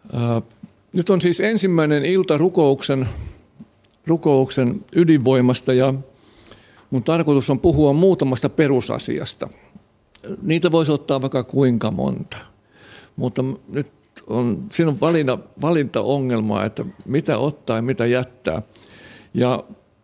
Nyt on siis ensimmäinen ilta rukouksen ydinvoimasta ja mun tarkoitus on puhua muutamasta perusasiasta. Niitä voisi ottaa vaikka kuinka monta, mutta nyt siinä on valintaongelmaa, että mitä ottaa ja mitä jättää. Ja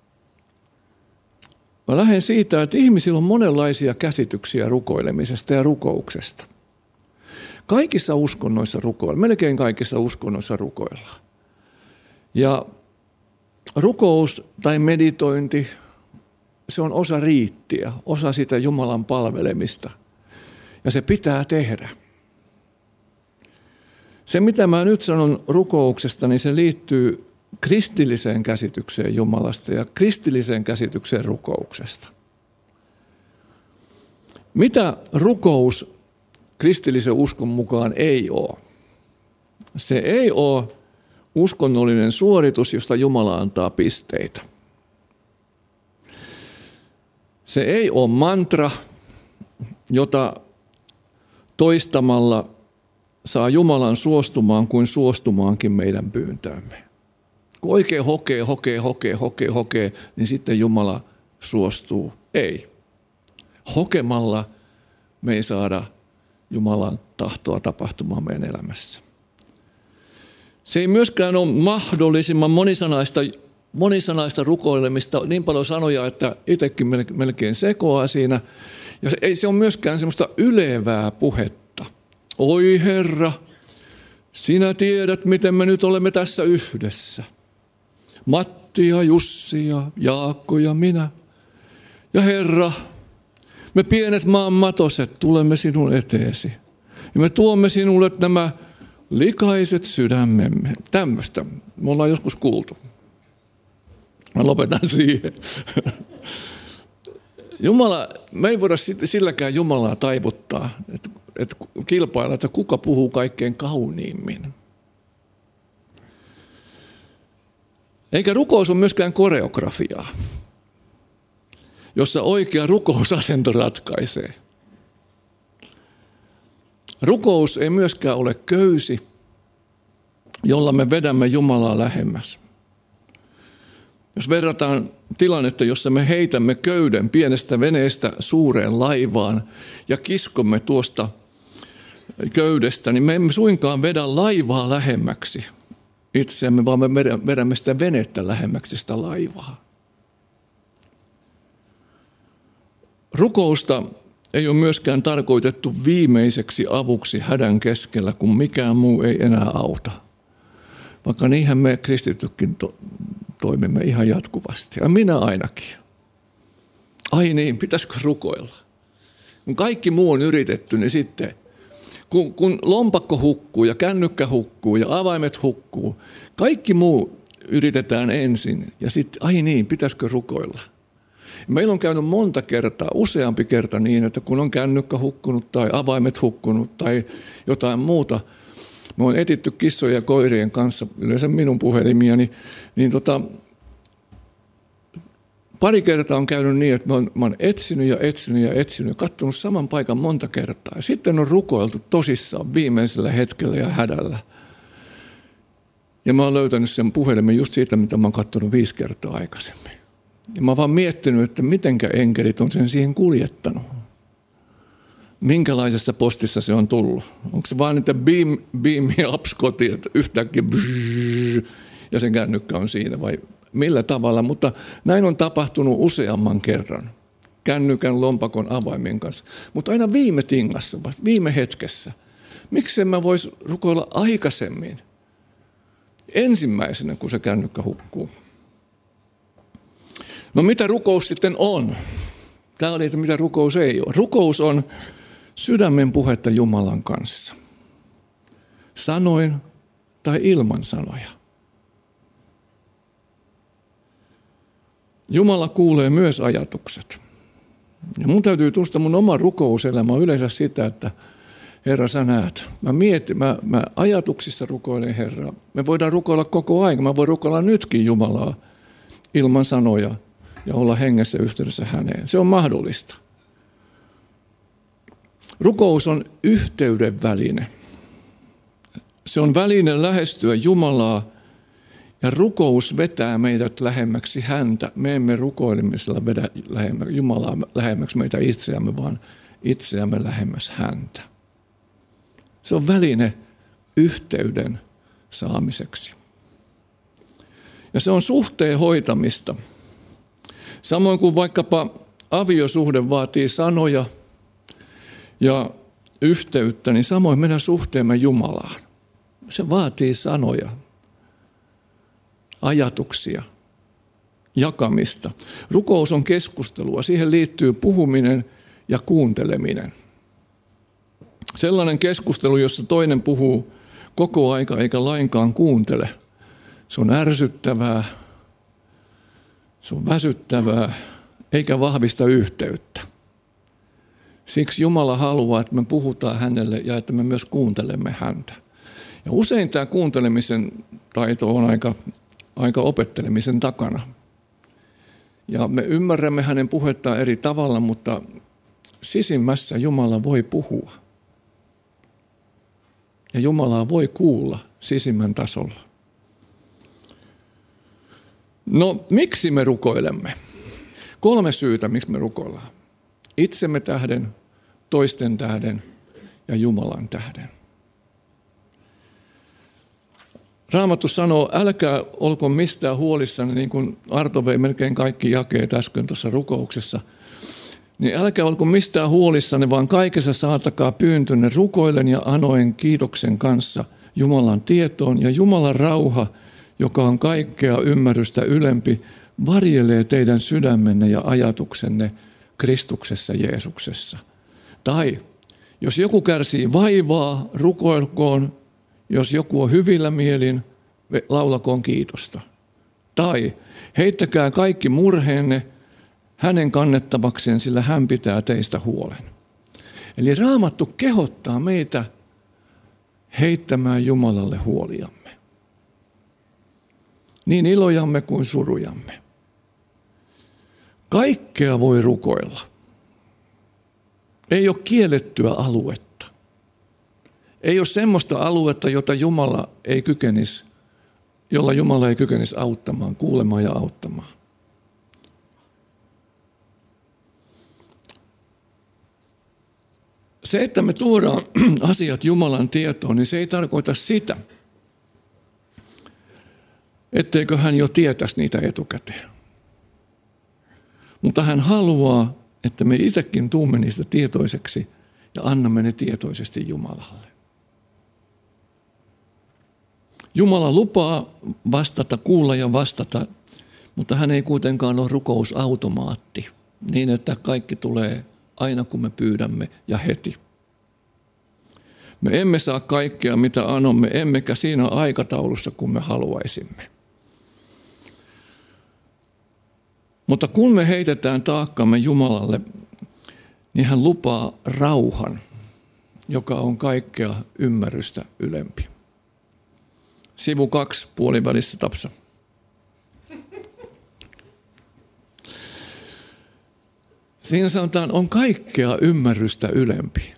mä lähden siitä, että ihmisillä on monenlaisia käsityksiä rukoilemisesta ja rukouksesta. Kaikissa uskonnoissa rukoillaan, melkein kaikissa uskonnoissa rukoillaan. Ja rukous tai meditointi, se on osa riittiä, osa sitä Jumalan palvelemista. Ja se pitää tehdä. Se, mitä mä nyt sanon rukouksesta, niin se liittyy kristilliseen käsitykseen Jumalasta ja kristilliseen käsitykseen rukouksesta. Mitä rukous kristillisen uskon mukaan ei ole? Se ei ole uskonnollinen suoritus, josta Jumala antaa pisteitä. Se ei ole mantra, jota toistamalla saa Jumalan suostumaan kuin suostumaankin meidän pyyntöömme. Kun oikein hokee, niin sitten Jumala suostuu. Ei. Hokemalla me ei saada Jumalan tahtoa tapahtumaan meidän elämässä. Se ei myöskään ole mahdollisimman monisanaista rukoilemista, niin paljon sanoja, että itsekin melkein sekoaa siinä. Ja ei se ole myöskään semmoista ylevää puhetta. Oi Herra, sinä tiedät, miten me nyt olemme tässä yhdessä. Matti ja Jussi ja Jaakko ja minä. Ja Herra, me pienet maan matoset tulemme sinun eteesi. Ja me tuomme sinulle nämä likaiset sydämemme. Tämmöistä me ollaan joskus kuultu. Mä lopetan siihen. Jumala, me ei voida silläkään Jumalaa taivuttaa, että kilpailla, että kuka puhuu kaikkein kauniimmin. Eikä rukous ole myöskään koreografiaa, jossa oikea rukousasento ratkaisee. Rukous ei myöskään ole köysi, jolla me vedämme Jumalaa lähemmäs. Jos verrataan tilannetta, jossa me heitämme köyden pienestä veneestä suureen laivaan ja kiskomme tuosta köydestä, niin me emme suinkaan vedä laivaa lähemmäksi itseämme, vaan me vedämme sitä venettä lähemmäksi sitä laivaa. Rukousta ei ole myöskään tarkoitettu viimeiseksi avuksi hädän keskellä, kun mikään muu ei enää auta. Vaikka niinhän me kristitytkin toimimme ihan jatkuvasti. Ja minä ainakin. Ai niin, pitäisikö rukoilla? Kun kaikki muu on yritetty, niin sitten kun lompakko hukkuu ja kännykkä hukkuu ja avaimet hukkuu, kaikki muu yritetään ensin ja sitten, ai niin, pitäisikö rukoilla? Meillä on käynyt monta kertaa, useampi kerta niin, että kun on kännykkä hukkunut tai avaimet hukkunut tai jotain muuta, me on etitty kissojen ja koirien kanssa, yleensä minun puhelimiani, niin pari kertaa on käynyt niin, että mä oon etsinyt, katsonut saman paikan monta kertaa. Ja sitten on rukoiltu tosissaan viimeisellä hetkellä ja hädällä. Ja mä oon löytänyt sen puhelimen just siitä, mitä mä oon katsonut 5 kertaa aikaisemmin. Ja mä oon vaan miettinyt, että mitenkä enkelit on sen siihen kuljettanut. Minkälaisessa postissa se on tullut? Onko se vaan niitä beam ups kotiin, että yhtäkkiä ja sen kännykkä on siinä vai millä tavalla? Mutta näin on tapahtunut useamman kerran kännykän lompakon avaimien kanssa. Mutta aina viime tingassa, viime hetkessä. Miksi mä vois rukoilla aikaisemmin? Ensimmäisenä, kun se kännykkä hukkuu. No mitä rukous sitten on? Tämä oli, että mitä rukous ei ole. Rukous on sydämen puhetta Jumalan kanssa. Sanoin tai ilman sanoja. Jumala kuulee myös ajatukset. Ja mun täytyy tunnustaa, mun oma rukouselämä on yleensä sitä, että Herra, sä näet. Mä ajatuksissa rukoilen Herraa. Me voidaan rukoilla koko ajan. Mä voin rukoilla nytkin Jumalaa ilman sanoja ja olla hengessä yhteydessä häneen. Se on mahdollista. Rukous on yhteyden väline. Se on väline lähestyä Jumalaa ja rukous vetää meidät lähemmäksi häntä. Me emme rukoilemisella vedä Jumalaa lähemmäksi meitä itseämme, vaan itseämme lähemmäs häntä. Se on väline yhteyden saamiseksi. Ja se on suhteen hoitamista. Samoin kuin vaikkapa aviosuhde vaatii sanoja ja yhteyttä, niin samoin meidän suhteemme Jumalaan. Se vaatii sanoja, ajatuksia, jakamista. Rukous on keskustelua. Siihen liittyy puhuminen ja kuunteleminen. Sellainen keskustelu, jossa toinen puhuu koko aika eikä lainkaan kuuntele. Se on ärsyttävää, se on väsyttävää, eikä vahvista yhteyttä. Siksi Jumala haluaa, että me puhutaan hänelle ja että me myös kuuntelemme häntä. Ja usein tämä kuuntelemisen taito on aika opettelemisen takana. Ja me ymmärrämme hänen puhettaan eri tavalla, mutta sisimmässä Jumala voi puhua. Ja Jumalaa voi kuulla sisimmän tasolla. No, miksi me rukoilemme? 3 syytä, miksi me rukoillaan. Itsemme tähden, toisten tähden ja Jumalan tähden. Raamattu sanoo, älkää olko mistään huolissanne, niin kuin Arto vei melkein kaikki jakeet äsken tuossa rukouksessa. Niin älkää olko mistään huolissanne, vaan kaikessa saatakaa pyyntönne rukoillen ja anoen kiitoksen kanssa Jumalan tietoon. Ja Jumalan rauha, joka on kaikkea ymmärrystä ylempi, varjelee teidän sydämenne ja ajatuksenne Kristuksessa Jeesuksessa. Tai jos joku kärsii vaivaa, rukoilkoon. Jos joku on hyvillä mielin, laulakoon kiitosta. Tai heittäkää kaikki murheenne hänen kannettavakseen, sillä hän pitää teistä huolen. Eli Raamattu kehottaa meitä heittämään Jumalalle huoliamme. Niin ilojamme kuin surujamme. Kaikkea voi rukoilla. Ei ole kiellettyä aluetta. Ei ole semmoista aluetta, jolla Jumala ei kykenisi auttamaan, kuulemaan ja auttamaan. Se, että me tuodaan asiat Jumalan tietoon, niin se ei tarkoita sitä, etteikö hän jo tietäisi niitä etukäteen. Mutta hän haluaa, että me itsekin tuumme niistä tietoiseksi ja annamme ne tietoisesti Jumalalle. Jumala lupaa vastata, kuulla ja vastata, mutta hän ei kuitenkaan ole rukousautomaatti niin, että kaikki tulee aina kun me pyydämme ja heti. Me emme saa kaikkea mitä anomme, emmekä siinä aikataulussa kun me haluaisimme. Mutta kun me heitetään taakkamme Jumalalle, niin hän lupaa rauhan, joka on kaikkea ymmärrystä ylempi. Sivu 2, puolivälissä Tapsa. Siinä sanotaan, on kaikkea ymmärrystä ylempi.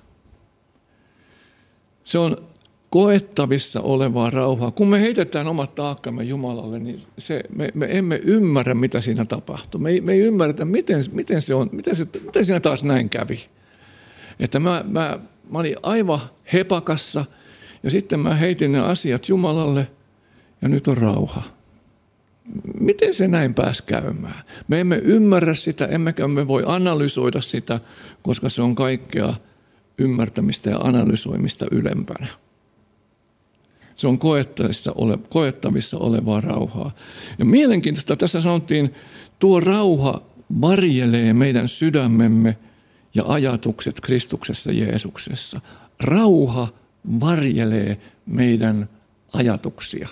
Se on koettavissa olevaa rauhaa. Kun me heitetään omat taakkamme Jumalalle, niin me emme ymmärrä, mitä siinä tapahtuu. Me ei ymmärretä, miten siinä taas näin kävi. Että mä olin aivan hepakassa ja sitten mä heitin ne asiat Jumalalle ja nyt on rauha. Miten se näin pääsi käymään? Me emme ymmärrä sitä, emmekä me voi analysoida sitä, koska se on kaikkea ymmärtämistä ja analysoimista ylempänä. Se on koettavissa olevaa rauhaa. Ja mielenkiintoista tässä sanottiin, tuo rauha varjelee meidän sydämemme ja ajatukset Kristuksessa Jeesuksessa. Rauha varjelee meidän ajatuksia.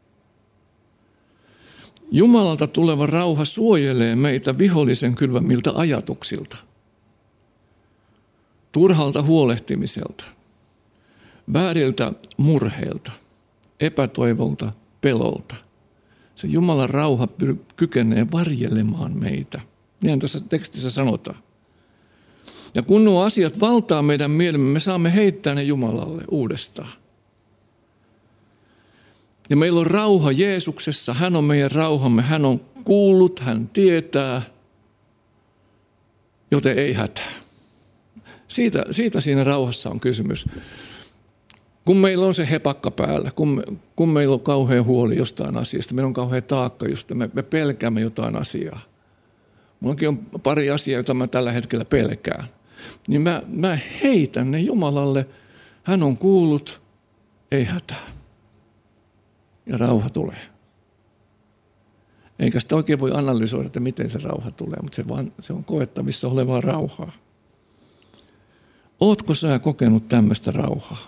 Jumalalta tuleva rauha suojelee meitä vihollisen kylvämiltä ajatuksilta, turhalta huolehtimiselta, vääriltä murheilta, epätoivolta, pelolta. Se Jumalan rauha kykenee varjelemaan meitä. Niin tässä tekstissä sanotaan. Ja kun nuo asiat valtaa meidän mielemme, me saamme heittää ne Jumalalle uudestaan. Ja meillä on rauha Jeesuksessa. Hän on meidän rauhamme. Hän on kuullut, hän tietää, joten ei hätää. Siitä siinä rauhassa on kysymys. Kun meillä on se hepakka päällä, kun meillä on kauhean huoli jostain asiasta, meillä on kauhean taakka, josta me pelkäämme jotain asiaa. Minullakin on pari asiaa, jota mä tällä hetkellä pelkään. Niin mä heitän ne Jumalalle. Hän on kuullut, ei hätää. Ja rauha tulee. Eikä sitä oikein voi analysoida, että miten se rauha tulee, mutta se on koettavissa olevaa rauhaa. Ootko sä kokenut tämmöistä rauhaa?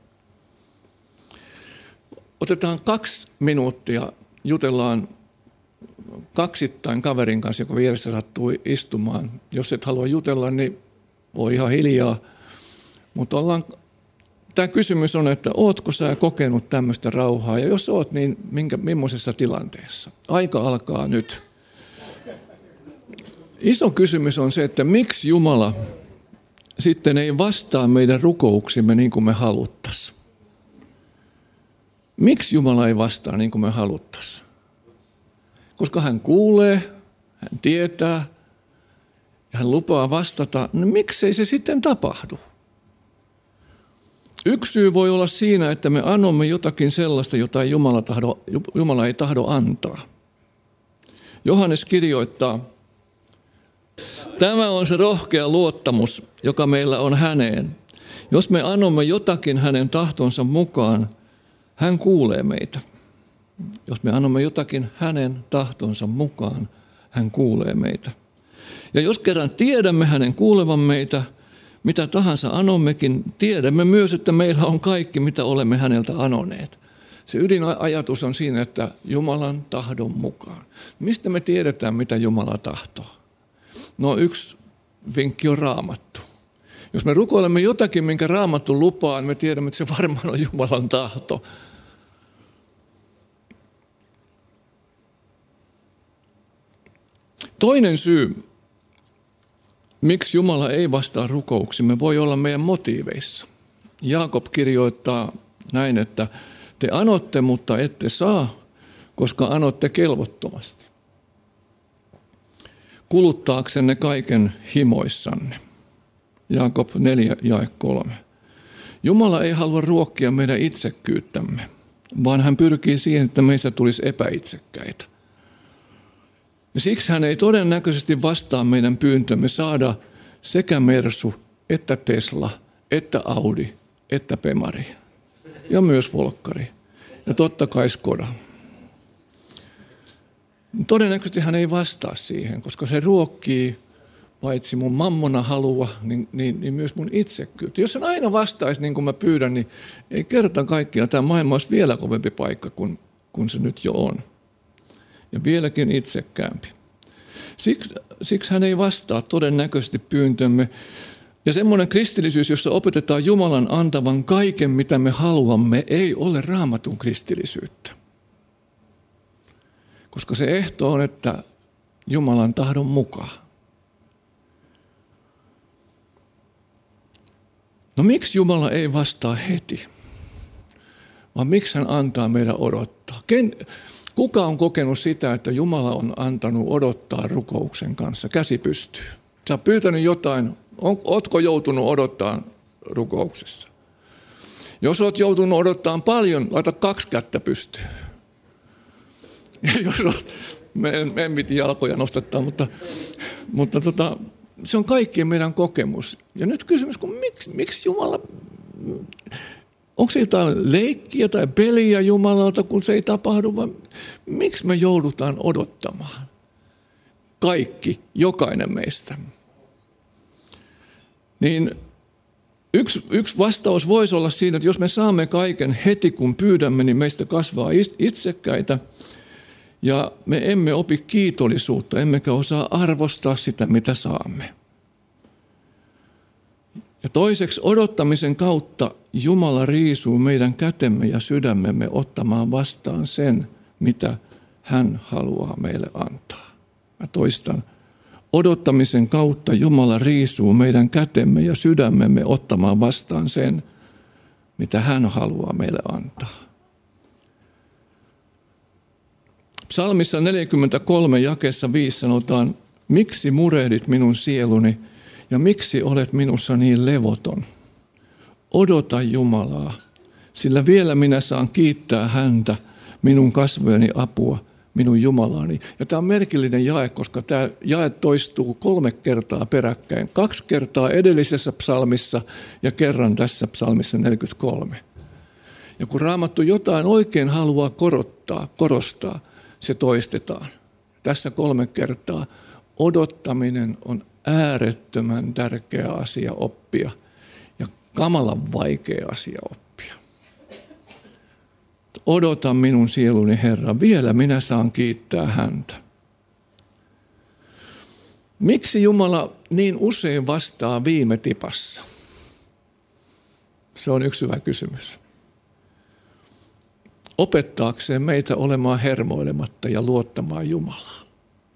Otetaan 2 minuuttia, jutellaan kaksittain kaverin kanssa, joka vieressä sattuu istumaan. Jos et halua jutella, niin voi ihan hiljaa. Mutta tämä kysymys on, että ootko sä kokenut tämmöistä rauhaa? Ja jos oot, niin millaisessa tilanteessa? Aika alkaa nyt. Iso kysymys on se, että miksi Jumala sitten ei vastaa meidän rukouksimme niin kuin me haluttaisiin? Miksi Jumala ei vastaa niin kuin me haluttaisiin? Koska hän kuulee, hän tietää ja hän lupaa vastata, niin miksei se sitten tapahdu? Yksi syy voi olla siinä, että me annamme jotakin sellaista, jota Jumala ei tahdo antaa. Johannes kirjoittaa, tämä on se rohkea luottamus, joka meillä on häneen. Jos me annamme jotakin hänen tahtonsa mukaan, hän kuulee meitä. Jos me annamme jotakin hänen tahtonsa mukaan, hän kuulee meitä. Ja jos kerran tiedämme hänen kuulevan meitä, mitä tahansa anommekin, tiedämme myös, että meillä on kaikki, mitä olemme häneltä anoneet. Se ydinajatus on siinä, että Jumalan tahdon mukaan. Mistä me tiedetään, mitä Jumala tahtoo? No yksi vinkki on Raamattu. Jos me rukoilemme jotakin, minkä Raamattu lupaa, niin me tiedämme, että se varmaan on Jumalan tahto. Toinen syy, miksi Jumala ei vastaa rukouksimme, voi olla meidän motiiveissa. Jaakob kirjoittaa näin, että te anotte, mutta ette saa, koska anotte kelvottomasti. Kuluttaaksenne kaiken himoissanne. Jaakob 4:3. Jumala ei halua ruokkia meidän itsekkyyttämme, vaan hän pyrkii siihen, että meistä tulisi epäitsekkäitä. Ja siksi hän ei todennäköisesti vastaa meidän pyyntömme saada sekä Mersu, että Tesla, että Audi, että Pemari. Ja myös Volkkari. Ja totta kai Skoda. Todennäköisesti hän ei vastaa siihen, koska se ruokkii paitsi mun mammona halua, niin myös mun itsekkyyttä. Jos hän aina vastaisi niin kuin mä pyydän, niin ei kerta kaikkiaan tämä maailma olisi vielä kovempi paikka kuin se nyt jo on. Ja vieläkin itsekkäämpi. Siksi hän ei vastaa todennäköisesti pyyntömme. Ja semmoinen kristillisyys, jossa opetetaan Jumalan antavan kaiken, mitä me haluamme, ei ole Raamatun kristillisyyttä. Koska se ehto on, että Jumalan tahdon mukaan. No miksi Jumala ei vastaa heti? Vaan miksi hän antaa meidän odottaa? Kuka on kokenut sitä, että Jumala on antanut odottaa rukouksen kanssa? Käsi pystyy. Sä oot pyytänyt jotain. Ootko joutunut odottaa rukouksessa? Jos oot joutunut odottaa paljon, laita 2 kättä pystyyn. Jos oot, en piti jalkoja nostattaa, mutta se on kaikkien meidän kokemus. Ja nyt kysymys, miksi Jumala... Onko se jotain leikkiä tai peliä Jumalalta, kun se ei tapahdu, vai miksi me joudutaan odottamaan? Kaikki, jokainen meistä. Niin yksi vastaus voisi olla siinä, että jos me saamme kaiken heti, kun pyydämme, niin meistä kasvaa itsekkäitä. Ja me emme opi kiitollisuutta, emmekä osaa arvostaa sitä, mitä saamme. Ja toiseksi odottamisen kautta Jumala riisuu meidän kätemme ja sydämemme ottamaan vastaan sen, mitä hän haluaa meille antaa. Mä toistan. Odottamisen kautta Jumala riisuu meidän kätemme ja sydämemme ottamaan vastaan sen, mitä hän haluaa meille antaa. Psalmissa 43 jakeessa 5 sanotaan, miksi murehdit minun sieluni ja miksi olet minussa niin levoton? Odota Jumalaa, sillä vielä minä saan kiittää häntä, minun kasvojeni apua, minun Jumalaani. Ja tämä on merkillinen jae, koska tämä jae toistuu 3 kertaa peräkkäin. 2 kertaa edellisessä psalmissa ja kerran tässä psalmissa 43. Ja kun Raamattu jotain oikein haluaa korostaa, se toistetaan. Tässä 3 kertaa odottaminen on äärettömän tärkeä asia oppia ja kamalan vaikea asia oppia. Odota minun sieluni Herra, vielä minä saan kiittää häntä. Miksi Jumala niin usein vastaa viime tipassa? Se on yksi hyvä kysymys. Opettaakseen meitä olemaan hermoilematta ja luottamaan Jumalaa.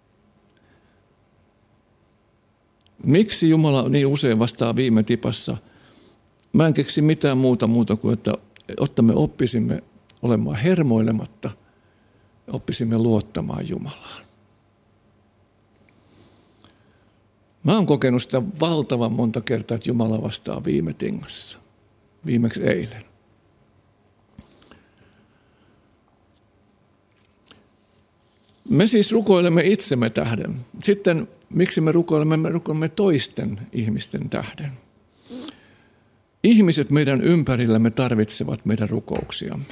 Miksi Jumala niin usein vastaa viime tipassa? Mä en keksi mitään muuta kuin, että me oppisimme olemaan hermoilematta ja oppisimme luottamaan Jumalaan. Mä oon kokenut sitä valtavan monta kertaa, että Jumala vastaa viime tingassa. Viimeksi eilen. Me siis rukoilemme itsemme tähden. Sitten miksi me rukoilemme? Me rukoilemme toisten ihmisten tähden. Ihmiset meidän ympärillämme tarvitsevat meidän rukouksiamme.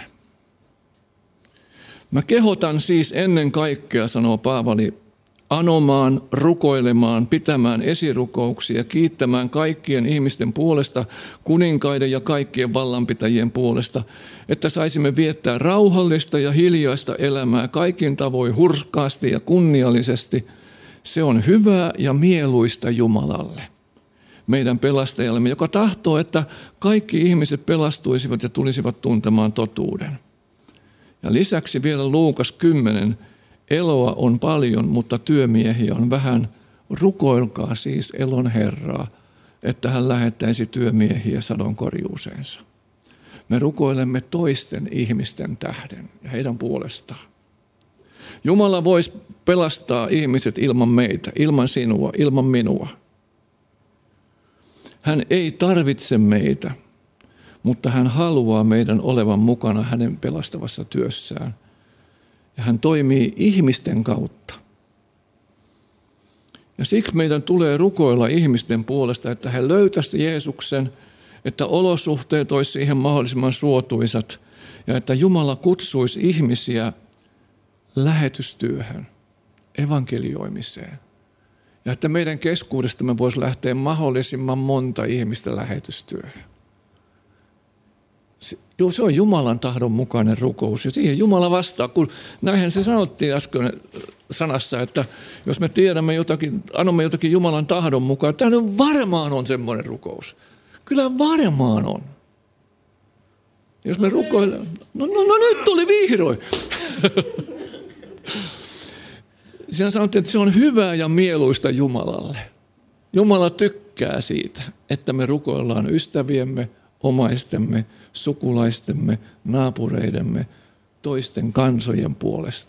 Mä kehotan siis ennen kaikkea, sanoo Paavali, anomaan, rukoilemaan, pitämään esirukouksia, kiittämään kaikkien ihmisten puolesta, kuninkaiden ja kaikkien vallanpitäjien puolesta, että saisimme viettää rauhallista ja hiljaista elämää kaikin tavoin hurskaasti ja kunniallisesti. Se on hyvää ja mieluista Jumalalle, meidän pelastajallemme, joka tahtoo, että kaikki ihmiset pelastuisivat ja tulisivat tuntemaan totuuden. Ja lisäksi vielä Luukas 10, eloa on paljon, mutta työmiehiä on vähän. Rukoilkaa siis elon Herraa, että hän lähettäisi työmiehiä sadonkorjuuseensa. Me rukoilemme toisten ihmisten tähden ja heidän puolestaan. Jumala voisi pelastaa ihmiset ilman meitä, ilman sinua, ilman minua. Hän ei tarvitse meitä, mutta hän haluaa meidän olevan mukana hänen pelastavassa työssään. Ja hän toimii ihmisten kautta. Ja siksi meidän tulee rukoilla ihmisten puolesta, että he löytäisivät Jeesuksen, että olosuhteet olisi siihen mahdollisimman suotuisat ja että Jumala kutsuisi ihmisiä lähetystyöhön, evankelioimiseen. Ja että meidän keskuudestamme voisi lähteä mahdollisimman monta ihmistä lähetystyöhön. Se on Jumalan tahdon mukainen rukous ja siihen Jumala vastaa, kun näinhän se sanottiin äsken sanassa, että jos me tiedämme jotakin, annamme jotakin Jumalan tahdon mukaan, tämä nyt varmaan on semmoinen rukous. Kyllä varmaan on. Jos me rukoilemme, no nyt tuli vihdoin. Siinä sanottiin, että se on hyvää ja mieluista Jumalalle. Jumala tykkää siitä, että me rukoillaan ystäviemme, omaistemme, sukulaistemme, naapureidemme, toisten kansojen puolesta.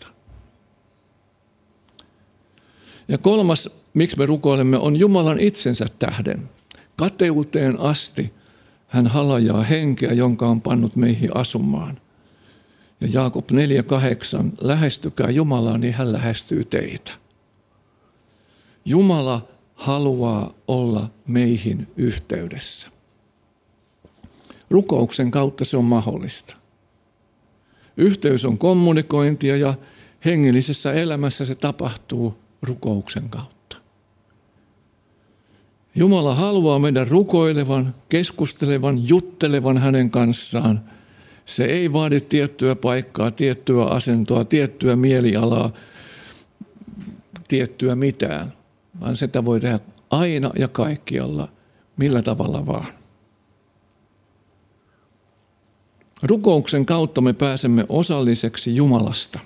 Ja 3, miksi me rukoilemme, on Jumalan itsensä tähden. Kateuteen asti hän halajaa henkeä, jonka on pannut meihin asumaan. Ja Jaakob 4:8, lähestykää Jumalaa, niin hän lähestyy teitä. Jumala haluaa olla meihin yhteydessä. Rukouksen kautta se on mahdollista. Yhteys on kommunikointia ja hengellisessä elämässä se tapahtuu rukouksen kautta. Jumala haluaa meidän rukoilevan, keskustelevan, juttelevan hänen kanssaan. Se ei vaadi tiettyä paikkaa, tiettyä asentoa, tiettyä mielialaa, tiettyä mitään, vaan sitä voi tehdä aina ja kaikkialla, millä tavalla vaan. Rukouksen kautta me pääsemme osalliseksi Jumalasta.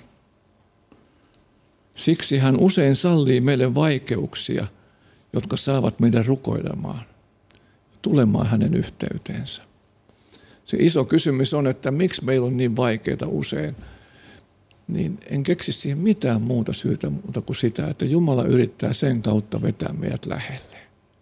Siksi hän usein sallii meille vaikeuksia, jotka saavat meidän rukoilemaan, tulemaan hänen yhteyteensä. Se iso kysymys on, että miksi meillä on niin vaikeaa usein niin en keksi siihen mitään muuta syytä muuta kuin sitä, että Jumala yrittää sen kautta vetää meidät lähelle.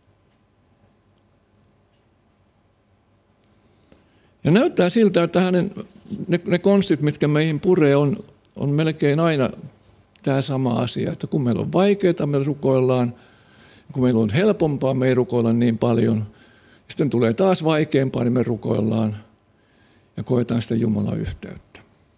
Ja näyttää siltä, että ne konstit, mitkä meihin puree, on melkein aina tämä sama asia, että kun meillä on vaikeaa, me rukoillaan, kun meillä on helpompaa, me ei rukoilla niin paljon, sitten tulee taas vaikeampaa, niin me rukoillaan ja koetaan sitä Jumalan yhteyttä.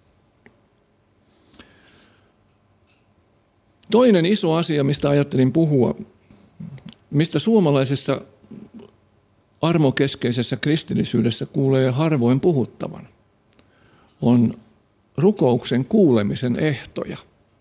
Toinen iso asia, mistä ajattelin puhua, mistä suomalaisessa armokeskeisessä kristillisyydessä kuulee harvoin puhuttavan, on rukouksen kuulemisen ehtoja.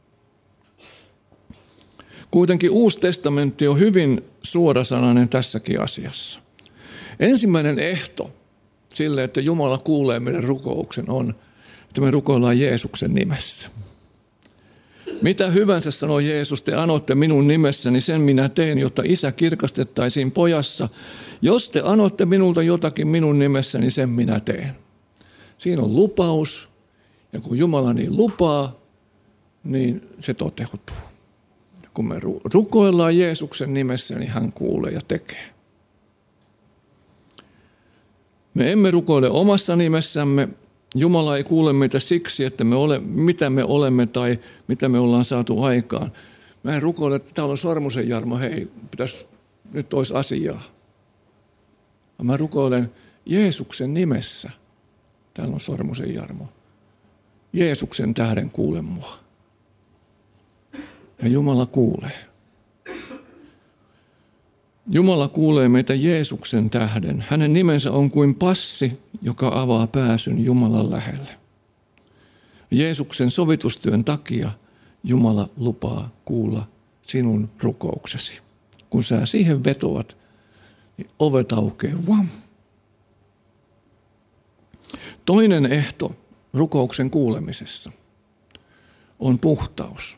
Kuitenkin Uusi testamentti on hyvin suorasanainen tässäkin asiassa. Ensimmäinen ehto sille, että Jumala kuulee meidän rukouksen, on, että me rukoillaan Jeesuksen nimessä. Mitä hyvänsä sanoo Jeesus, te anotte minun nimessäni, sen minä teen, jotta Isä kirkastettaisiin pojassa. Jos te anotte minulta jotakin minun nimessäni, sen minä teen. Siinä on lupaus, ja kun Jumala niin lupaa, niin se toteutuu. Kun me rukoillaan Jeesuksen nimessä, niin hän kuulee ja tekee. Me emme rukoile omassa nimessämme. Jumala ei kuule meitä siksi, että mitä me olemme tai mitä me ollaan saatu aikaan. Mä en rukoile, että täällä on Sormusen Jarmo, hei, nyt olisi asiaa. Mä rukoilen Jeesuksen nimessä. Täällä on Sormusen Jarmo. Jeesuksen tähden kuule mua. Ja Jumala kuulee. Jumala kuulee meitä Jeesuksen tähden. Hänen nimensä on kuin passi, joka avaa pääsyn Jumalan lähelle. Jeesuksen sovitustyön takia Jumala lupaa kuulla sinun rukouksesi. Kun sä siihen vetoat, niin ovet aukeaa. Vam! Toinen ehto rukouksen kuulemisessa on puhtaus.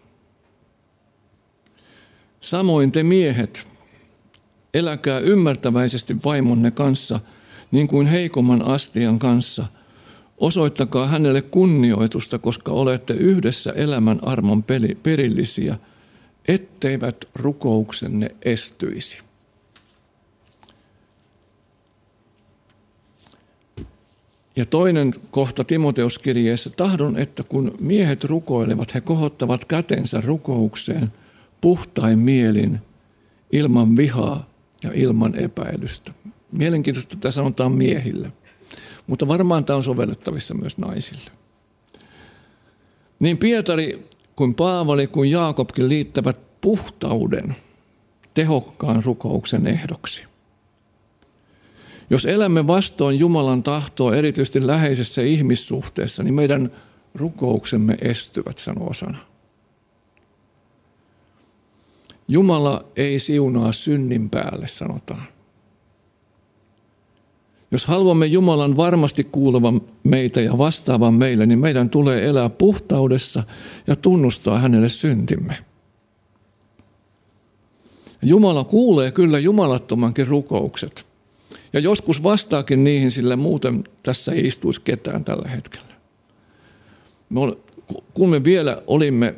Samoin te miehet, eläkää ymmärtäväisesti vaimonne kanssa, niin kuin heikomman astian kanssa. Osoittakaa hänelle kunnioitusta, koska olette yhdessä elämän armon perillisiä, etteivät rukouksenne estyisi. Ja toinen kohta Timoteuskirjeessä, tahdon, että kun miehet rukoilevat, he kohottavat kätensä rukoukseen puhtain mielin, ilman vihaa ja ilman epäilystä. Mielenkiintoista tätä sanotaan miehille, mutta varmaan tämä on sovellettavissa myös naisille. Niin Pietari kuin Paavali kuin Jaakobkin liittävät puhtauden tehokkaan rukouksen ehdoksi. Jos elämme vastoin Jumalan tahtoa erityisesti läheisessä ihmissuhteessa, niin meidän rukouksemme estyvät, sanoo sana. Jumala ei siunaa synnin päälle, sanotaan. Jos haluamme Jumalan varmasti kuulevan meitä ja vastaavan meille, niin meidän tulee elää puhtaudessa ja tunnustaa hänelle syntimme. Jumala kuulee kyllä jumalattomankin rukoukset. Ja joskus vastaakin niihin, sillä muuten tässä ei istuisi ketään tällä hetkellä. Kun me vielä olimme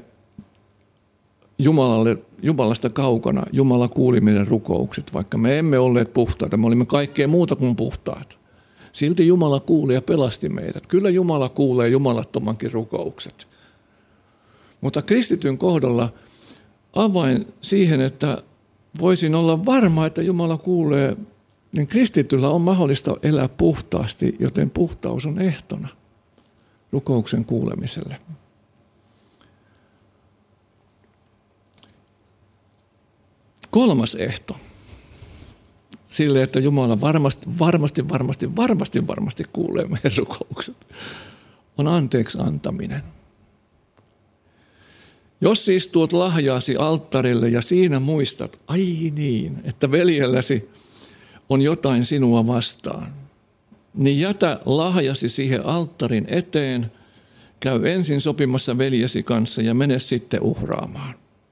Jumalasta kaukana, Jumala kuuli meidän rukoukset, vaikka me emme olleet puhtaita, me olimme kaikkea muuta kuin puhtaat. Silti Jumala kuuli ja pelasti meidät. Kyllä Jumala kuulee jumalattomankin rukoukset. Mutta kristityn kohdalla avain siihen, että voisin olla varma, että Jumala kuulee, niin kristityllä on mahdollista elää puhtaasti, joten puhtaus on ehtona rukouksen kuulemiselle. Kolmas ehto sille, että Jumala varmasti kuulee meidän rukoukset, on anteeksi antaminen. Jos siis tuot lahjaasi alttarille ja siinä muistat, ai niin, että veljelläsi on jotain sinua vastaan, niin jätä lahjasi siihen alttarin eteen, käy ensin sopimassa veljesi kanssa ja mene sitten uhraamaan.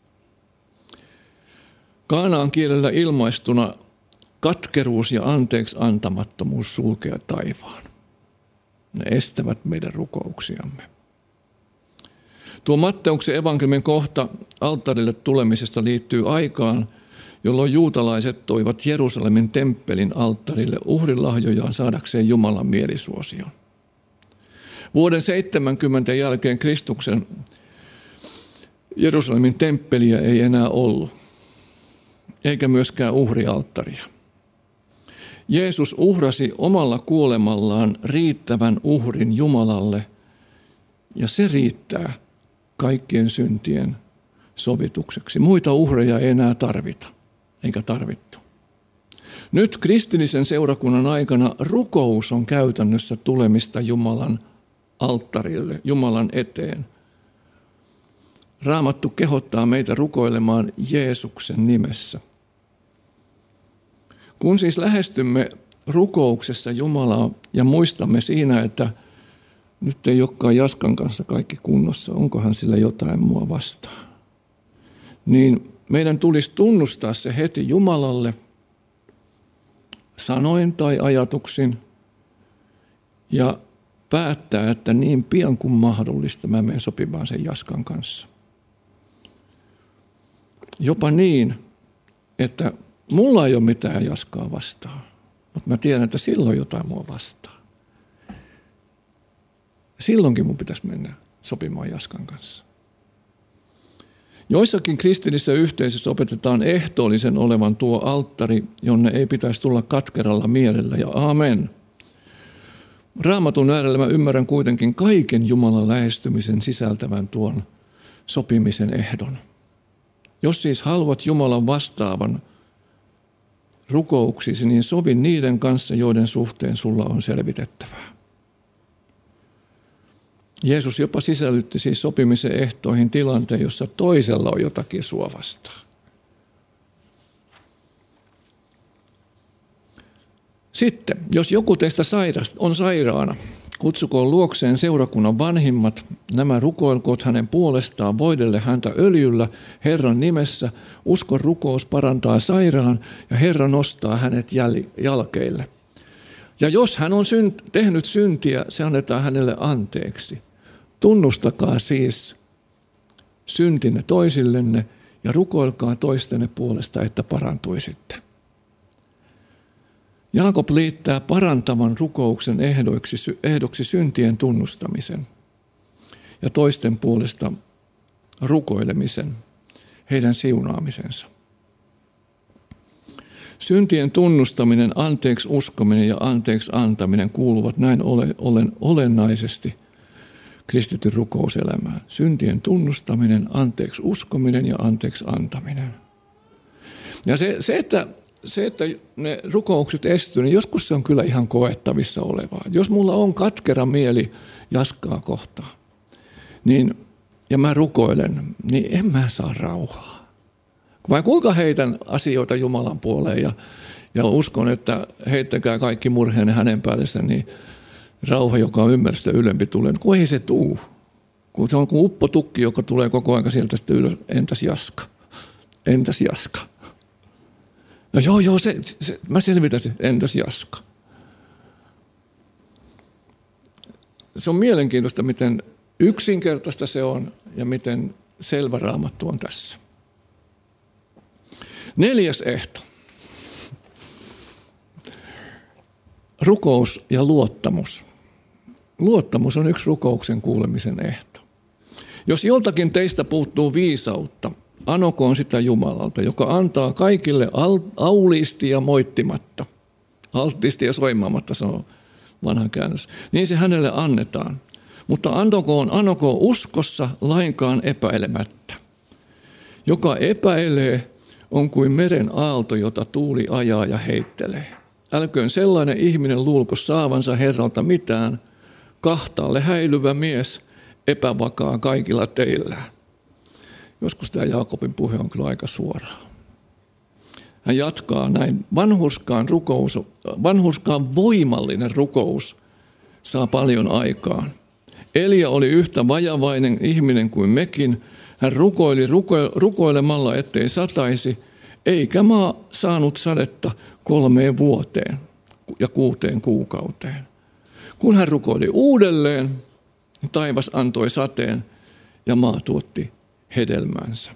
Kaanaan kielellä ilmaistuna katkeruus ja anteeksi antamattomuus sulkee taivaan. Ne estävät meidän rukouksiamme. Tuo Matteuksen evankeliumin kohta alttarille tulemisesta liittyy aikaan, jolloin juutalaiset toivat Jerusalemin temppelin alttarille uhrilahjojaan saadakseen Jumalan mielisuosion. Vuoden 70 jälkeen Kristuksen Jerusalemin temppeliä ei enää ollut, eikä myöskään uhrialttaria. Jeesus uhrasi omalla kuolemallaan riittävän uhrin Jumalalle, ja se riittää kaikkien syntien sovitukseksi. Muita uhreja ei enää tarvita, eikä tarvittu. Nyt kristillisen seurakunnan aikana rukous on käytännössä tulemista Jumalan alttarille, Jumalan eteen. Raamattu kehottaa meitä rukoilemaan Jeesuksen nimessä. Kun siis lähestymme rukouksessa Jumalaa ja muistamme siinä, että nyt ei olekaan Jaskan kanssa kaikki kunnossa, onkohan sillä jotain mua vastaan, niin meidän tulisi tunnustaa se heti Jumalalle sanoin tai ajatuksin ja päättää, että niin pian kuin mahdollista mä menen sopimaan sen Jaskan kanssa. Jopa niin, että mulla ei ole mitään Jaskaa vastaan, mutta mä tiedän, että silloin jotain mua vastaan. Silloinkin mun pitäisi mennä sopimaan Jaskan kanssa. Joissakin kristillisissä yhteisöissä opetetaan ehtoollisen olevan tuo alttari, jonne ei pitäisi tulla katkeralla mielellä, ja aamen. Raamatun äärellä mä ymmärrän kuitenkin kaiken Jumalan lähestymisen sisältävän tuon sopimisen ehdon. Jos siis haluat Jumalan vastaavan rukouksisi, niin sovi niiden kanssa, joiden suhteen sulla on selvitettävää. Jeesus jopa sisällytti siis sopimisen ehtoihin tilanteen, jossa toisella on jotakin sua vastaan. Sitten, jos joku teistä on sairaana, kutsukoon luokseen seurakunnan vanhimmat, nämä rukoilkoot hänen puolestaan, voidelle häntä öljyllä Herran nimessä. Uskon rukous parantaa sairaan ja Herra nostaa hänet jalkeille. Ja jos hän on tehnyt syntiä, se annetaan hänelle anteeksi. Tunnustakaa siis syntinne toisillenne ja rukoilkaa toistenne puolesta, että parantuisitte. Jaakob liittää parantavan rukouksen ehdoksi syntien tunnustamisen ja toisten puolesta rukoilemisen, heidän siunaamisensa. Syntien tunnustaminen, anteeksi uskominen ja anteeksi antaminen kuuluvat näin ollen olennaisesti kristityn rukouselämään. Syntien tunnustaminen, anteeksi uskominen ja anteeksi antaminen. Ja se että ne rukoukset estyy, niin joskus se on kyllä ihan koettavissa olevaa. Jos mulla on katkera mieli Jaskaa kohtaan, niin, ja mä rukoilen, niin en mä saa rauhaa. Vai kuinka heitän asioita Jumalan puoleen ja uskon, että heittäkää kaikki murheenne hänen päällensä, niin rauha, joka on ymmärrystä ylempi, tulee. Kun ei se tuu. Kun se on kuin uppotukki, joka tulee koko ajan sieltä sitten ylös. Entäs Jaska? Entäs Jaska? No joo, mä selvitän se. Entäs Jaska? Se on mielenkiintoista, miten yksinkertaista se on ja miten selvä Raamattu on tässä. 4. ehto. Rukous ja luottamus. Luottamus on yksi rukouksen kuulemisen ehto. Jos joltakin teistä puuttuu viisautta, anokoon sitä Jumalalta, joka antaa kaikille auliisti ja moittimatta, alttiisti ja soimaamatta, sanoo vanha käännös, niin se hänelle annetaan. Mutta anokoon uskossa lainkaan epäilemättä. Joka epäilee, on kuin meren aalto, jota tuuli ajaa ja heittelee. Älköön sellainen ihminen luulko saavansa Herralta mitään, kahtaalle häilyvä mies, epävakaa kaikilla teillään. Joskus tämä Jaakobin puhe on kyllä aika suoraa. Hän jatkaa näin, vanhurskaan voimallinen rukous saa paljon aikaan. Elia oli yhtä vajavainen ihminen kuin mekin. Hän rukoili rukoilemalla, ettei sataisi, eikä maa saanut sadetta 3 vuoteen ja 6 kuukauteen. Kun hän rukoili uudelleen, taivas antoi sateen ja maa tuotti hedelmänsä.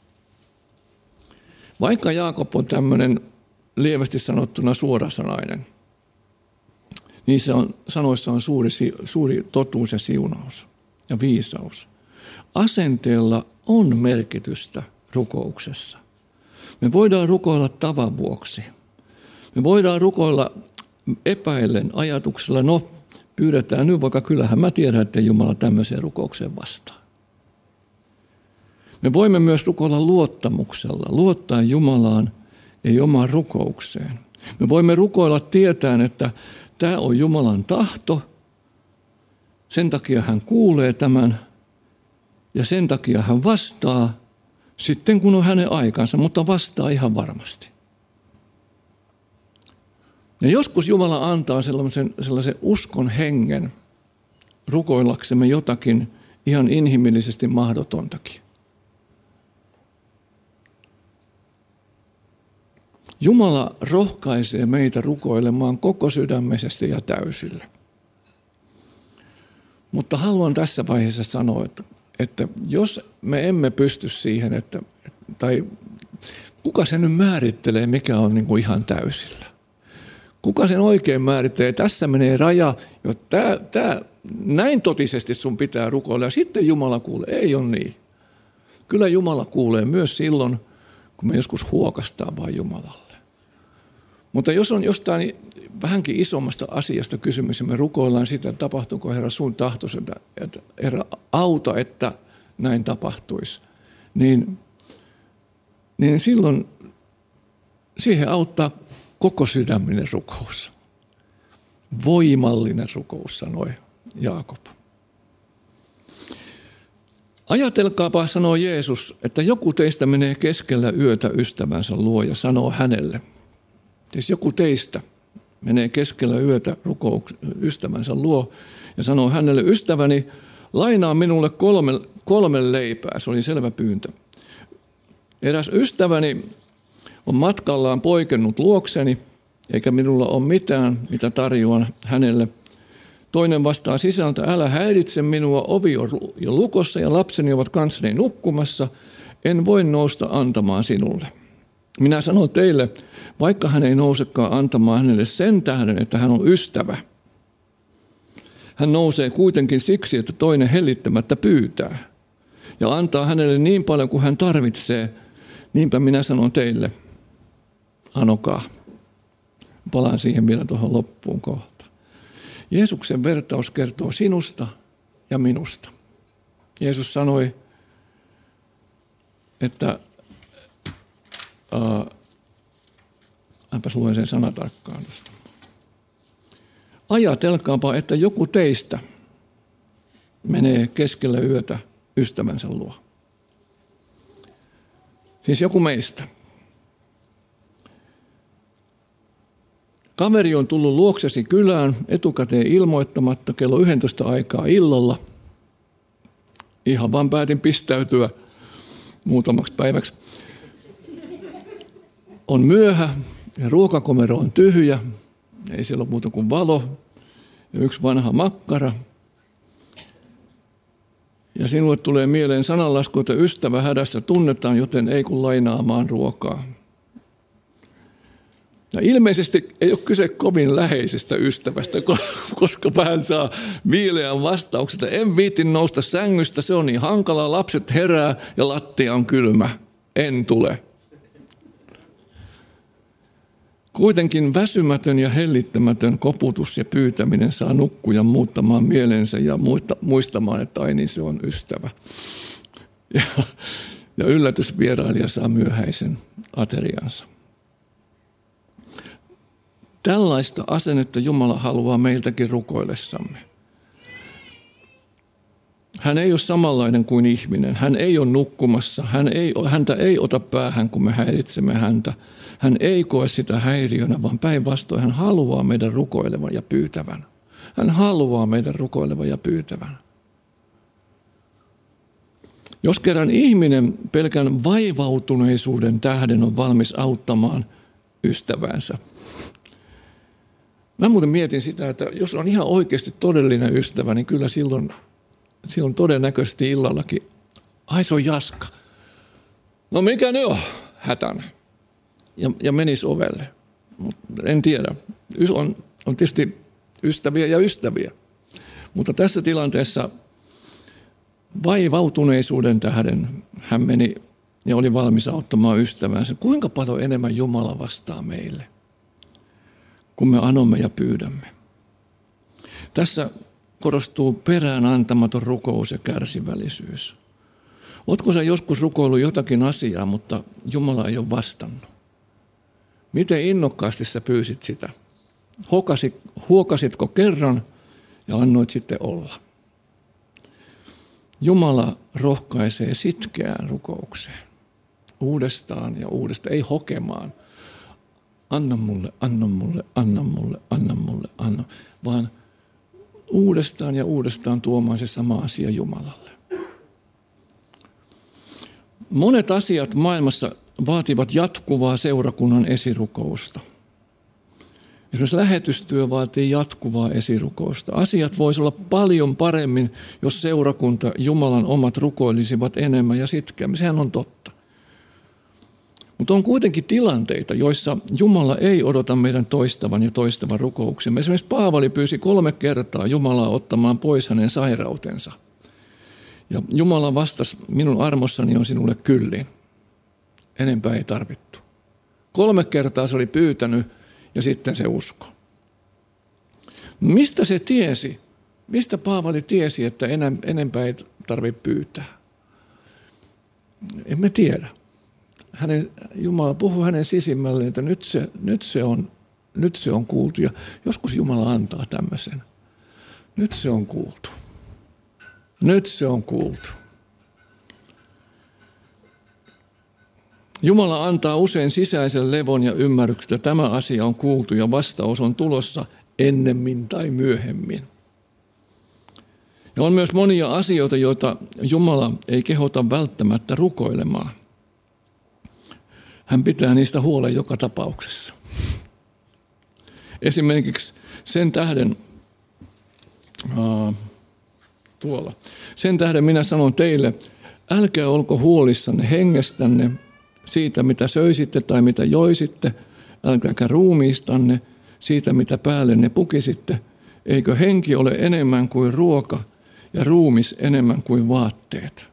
Vaikka Jaakob on tämmöinen lievästi sanottuna suorasanainen, niissä sanoissa on suuri totuus ja siunaus ja viisaus. Asenteella on merkitystä rukouksessa. Me voidaan rukoilla tavan vuoksi. Me voidaan rukoilla epäillen ajatuksella, no pyydetään nyt, vaikka kyllähän mä tiedän, että Jumala tämmöiseen rukoukseen vastaa. Me voimme myös rukoilla luottamuksella, luottaa Jumalaan, ei omaan rukoukseen. Me voimme rukoilla tietäen, että tämä on Jumalan tahto, sen takia hän kuulee tämän ja sen takia hän vastaa sitten kun on hänen aikansa, mutta vastaa ihan varmasti. Ja joskus Jumala antaa sellaisen uskon hengen rukoillaksemme jotakin ihan inhimillisesti mahdotontakin. Jumala rohkaisee meitä rukoilemaan koko sydämisesti ja täysillä. Mutta haluan tässä vaiheessa sanoa, että jos me emme pysty siihen, tai kuka sen nyt määrittelee, mikä on niin kuin ihan täysillä? Kuka sen oikein määrittelee? Tässä menee raja, että näin totisesti sun pitää rukoilla ja sitten Jumala kuulee. Ei ole niin. Kyllä Jumala kuulee myös silloin, kun me joskus huokastaan vaan Jumalalle. Mutta jos on jostain vähänkin isommasta asiasta kysymys ja me rukoillaan sitä, että tapahtuuko Herra sun tahtosi, että Herra auta, että näin tapahtuisi, niin silloin siihen auttaa koko sydäminen rukous. Voimallinen rukous, sanoi Jaakob. Ajatelkaapa, sanoo Jeesus, että joku teistä menee keskellä yötä ystävänsä luo ja sanoo hänelle. Siis joku teistä menee keskellä yötä ystävänsä luo ja sanoo hänelle, ystäväni, lainaa minulle 3 leipää. Se oli selvä pyyntö. Eräs ystäväni on matkallaan poikennut luokseni, eikä minulla ole mitään, mitä tarjoan hänelle. Toinen vastaa sisältä, älä häiritse minua, ovi on jo lukossa ja lapseni ovat kanssani nukkumassa, en voi nousta antamaan sinulle. Minä sanon teille, vaikka hän ei nousekaan antamaan hänelle sen tähden, että hän on ystävä. Hän nousee kuitenkin siksi, että toinen hellittämättä pyytää ja antaa hänelle niin paljon kuin hän tarvitsee. Niinpä minä sanon teille, anokaa. Palaan siihen vielä tuohon loppuun kohta. Jeesuksen vertaus kertoo sinusta ja minusta. Jeesus sanoi, että luen sen sanatarkkaan tuosta. Ajatelkaapa, että joku teistä menee keskellä yötä ystävänsä luo. Siis joku meistä. Kaveri on tullut luoksesi kylään etukäteen ilmoittamatta kello 11 aikaa illalla. Ihan vaan päätin pistäytyä muutamaksi päiväksi. On myöhä ja ruokakomero on tyhjä. Ei siellä ole muuta kuin valo ja yksi vanha makkara. Ja sinulle tulee mieleen sananlasku, että ystävä hädässä tunnetaan, joten ei kun lainaamaan ruokaa. Ja ilmeisesti ei ole kyse kovin läheisestä ystävästä, koska hän saa viileän vastauksen, että en viitti nousta sängystä, se on niin hankala, lapset herää ja lattia on kylmä, en tule. Kuitenkin väsymätön ja hellittämätön koputus ja pyytäminen saa nukkujan muuttamaan mielensä ja muistamaan, että ai niin se on ystävä. Ja yllätysvierailija saa myöhäisen ateriansa. Tällaista asennetta Jumala haluaa meiltäkin rukoillessamme. Hän ei ole samanlainen kuin ihminen. Hän ei ole nukkumassa. Häntä ei ota päähän, kun me häiritsemme häntä. Hän ei koe sitä häiriönä, vaan päinvastoin hän haluaa meidän rukoilevan ja pyytävän. Hän haluaa meidän rukoilevan ja pyytävän. Jos kerran ihminen pelkän vaivautuneisuuden tähden on valmis auttamaan ystävänsä. Mä muuten mietin sitä, että jos on ihan oikeasti todellinen ystävä, niin kyllä silloin todennäköisesti illallakin Ai se on Jaska. No mikä ne on? Hätänä. Ja menisi ovelle. Mut en tiedä. On tietysti ystäviä ja ystäviä. Mutta tässä tilanteessa vaivautuneisuuden tähden hän meni ja oli valmis auttamaan ystävänsä. Kuinka paljon enemmän Jumala vastaa meille, kun me anomme ja pyydämme. Tässä korostuu perään antamaton rukous ja kärsivällisyys. Oletko sä joskus rukoillut jotakin asiaa, mutta Jumala ei ole vastannut? Miten innokkaasti sä pyysit sitä? Huokasitko kerran ja annoit sitten olla? Jumala rohkaisee sitkeään rukoukseen. Uudestaan ja uudestaan, ei hokemaan. Anna mulle, anna mulle, anna mulle, anna mulle, anna. Vaan uudestaan ja uudestaan tuomaan se sama asia Jumalalle. Monet asiat maailmassa vaativat jatkuvaa seurakunnan esirukousta. Esimerkiksi lähetystyö vaatii jatkuvaa esirukousta. Asiat voisi olla paljon paremmin, jos seurakunta, Jumalan omat rukoilisivat enemmän ja sitkeämmin. Sehän on totta. Mutta on kuitenkin tilanteita, joissa Jumala ei odota meidän toistavan rukouksia. Esimerkiksi Paavali pyysi 3 kertaa Jumalaa ottamaan pois hänen sairautensa. Ja Jumala vastasi, minun armossani on sinulle kyllin. Enempää ei tarvittu. 3 kertaa se oli pyytänyt ja sitten se usko. Mistä se tiesi? Mistä Paavali tiesi, että enempää ei tarvitse pyytää? Emme tiedä. Jumala puhuu hänen sisimmälleen, että nyt se on kuultu. Ja joskus Jumala antaa tämmöisen. Nyt se on kuultu. Nyt se on kuultu. Jumala antaa usein sisäisen levon ja ymmärryksen, että tämä asia on kuultu ja vastaus on tulossa ennemmin tai myöhemmin. Ja on myös monia asioita, joita Jumala ei kehota välttämättä rukoilemaan. Hän pitää niistä huolen joka tapauksessa. Esimerkiksi sen tähden minä sanon teille, älkää olko huolissanne hengestänne, siitä mitä söisitte tai mitä joisitte, älkääkä ruumiistanne, siitä mitä päällenne pukisitte, eikö henki ole enemmän kuin ruoka ja ruumis enemmän kuin vaatteet.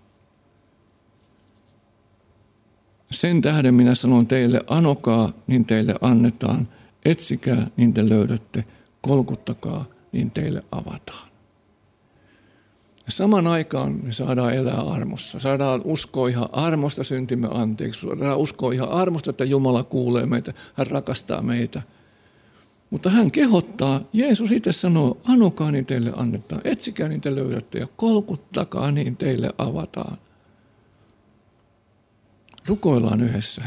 Sen tähden minä sanon teille, anokaa, niin teille annetaan, etsikää, niin te löydätte, kolkuttakaa, niin teille avataan. Saman aikaan me saadaan elää armossa. Saadaan uskoa ihan armosta syntimme anteeksi. Saadaan uskoa ihan armosta, että Jumala kuulee meitä. Hän rakastaa meitä. Mutta hän kehottaa, Jeesus itse sanoo, anokaa niin teille annetaan. Etsikää niin te löydätte ja kolkuttakaa niin teille avataan. Rukoillaan yhdessä.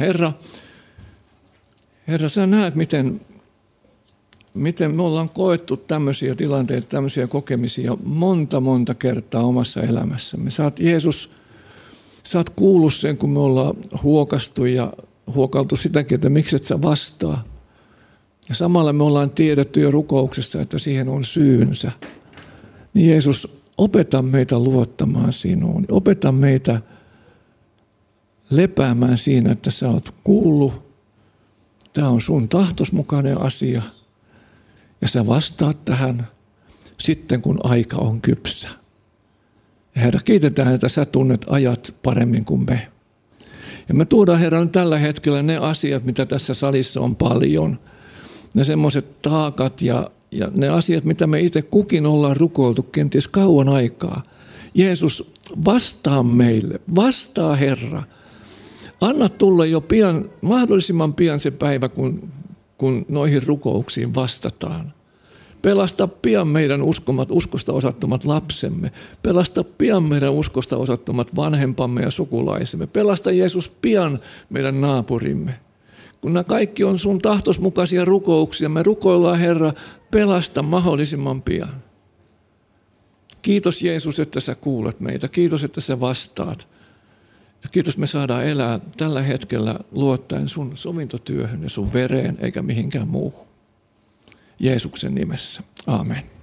Herra, sä näet, miten me ollaan koettu tämmöisiä tilanteita, tämmöisiä kokemisia monta kertaa omassa elämässämme. Jeesus, sä oot kuullut sen, kun me ollaan huokastu ja huokailtu sitäkin, että miksi et sä vastaa. Ja samalla me ollaan tiedetty jo rukouksessa, että siihen on syynsä. Niin Jeesus, opeta meitä luottamaan sinuun. Opeta meitä lepäämään siinä, että sä oot kuullut. Tämä on sun tahtos mukainen asia. Ja sä vastaat tähän sitten, kun aika on kypsä. Ja Herra, kiitetään, että sä tunnet ajat paremmin kuin me. Ja me tuodaan, Herra, nyt tällä hetkellä ne asiat, mitä tässä salissa on paljon. Ne semmoiset taakat ja ne asiat, mitä me itse kukin ollaan rukoiltu kenties kauan aikaa. Jeesus, vastaa meille. Vastaa, Herra. Anna tulla jo pian, mahdollisimman pian se päivä, kun noihin rukouksiin vastataan. Pelasta pian meidän uskosta osattomat lapsemme. Pelasta pian meidän uskosta osattomat vanhempamme ja sukulaisemme. Pelasta Jeesus pian meidän naapurimme. Kun nämä kaikki on sun tahtos mukaisia rukouksia, me rukoillaan, Herra, pelasta mahdollisimman pian. Kiitos Jeesus, että sä kuulet meitä. Kiitos, että sä vastaat. Ja kiitos, me saadaan elää tällä hetkellä luottaen sun sovintotyöhön ja sun vereen eikä mihinkään muuhun. Jeesuksen nimessä. Aamen.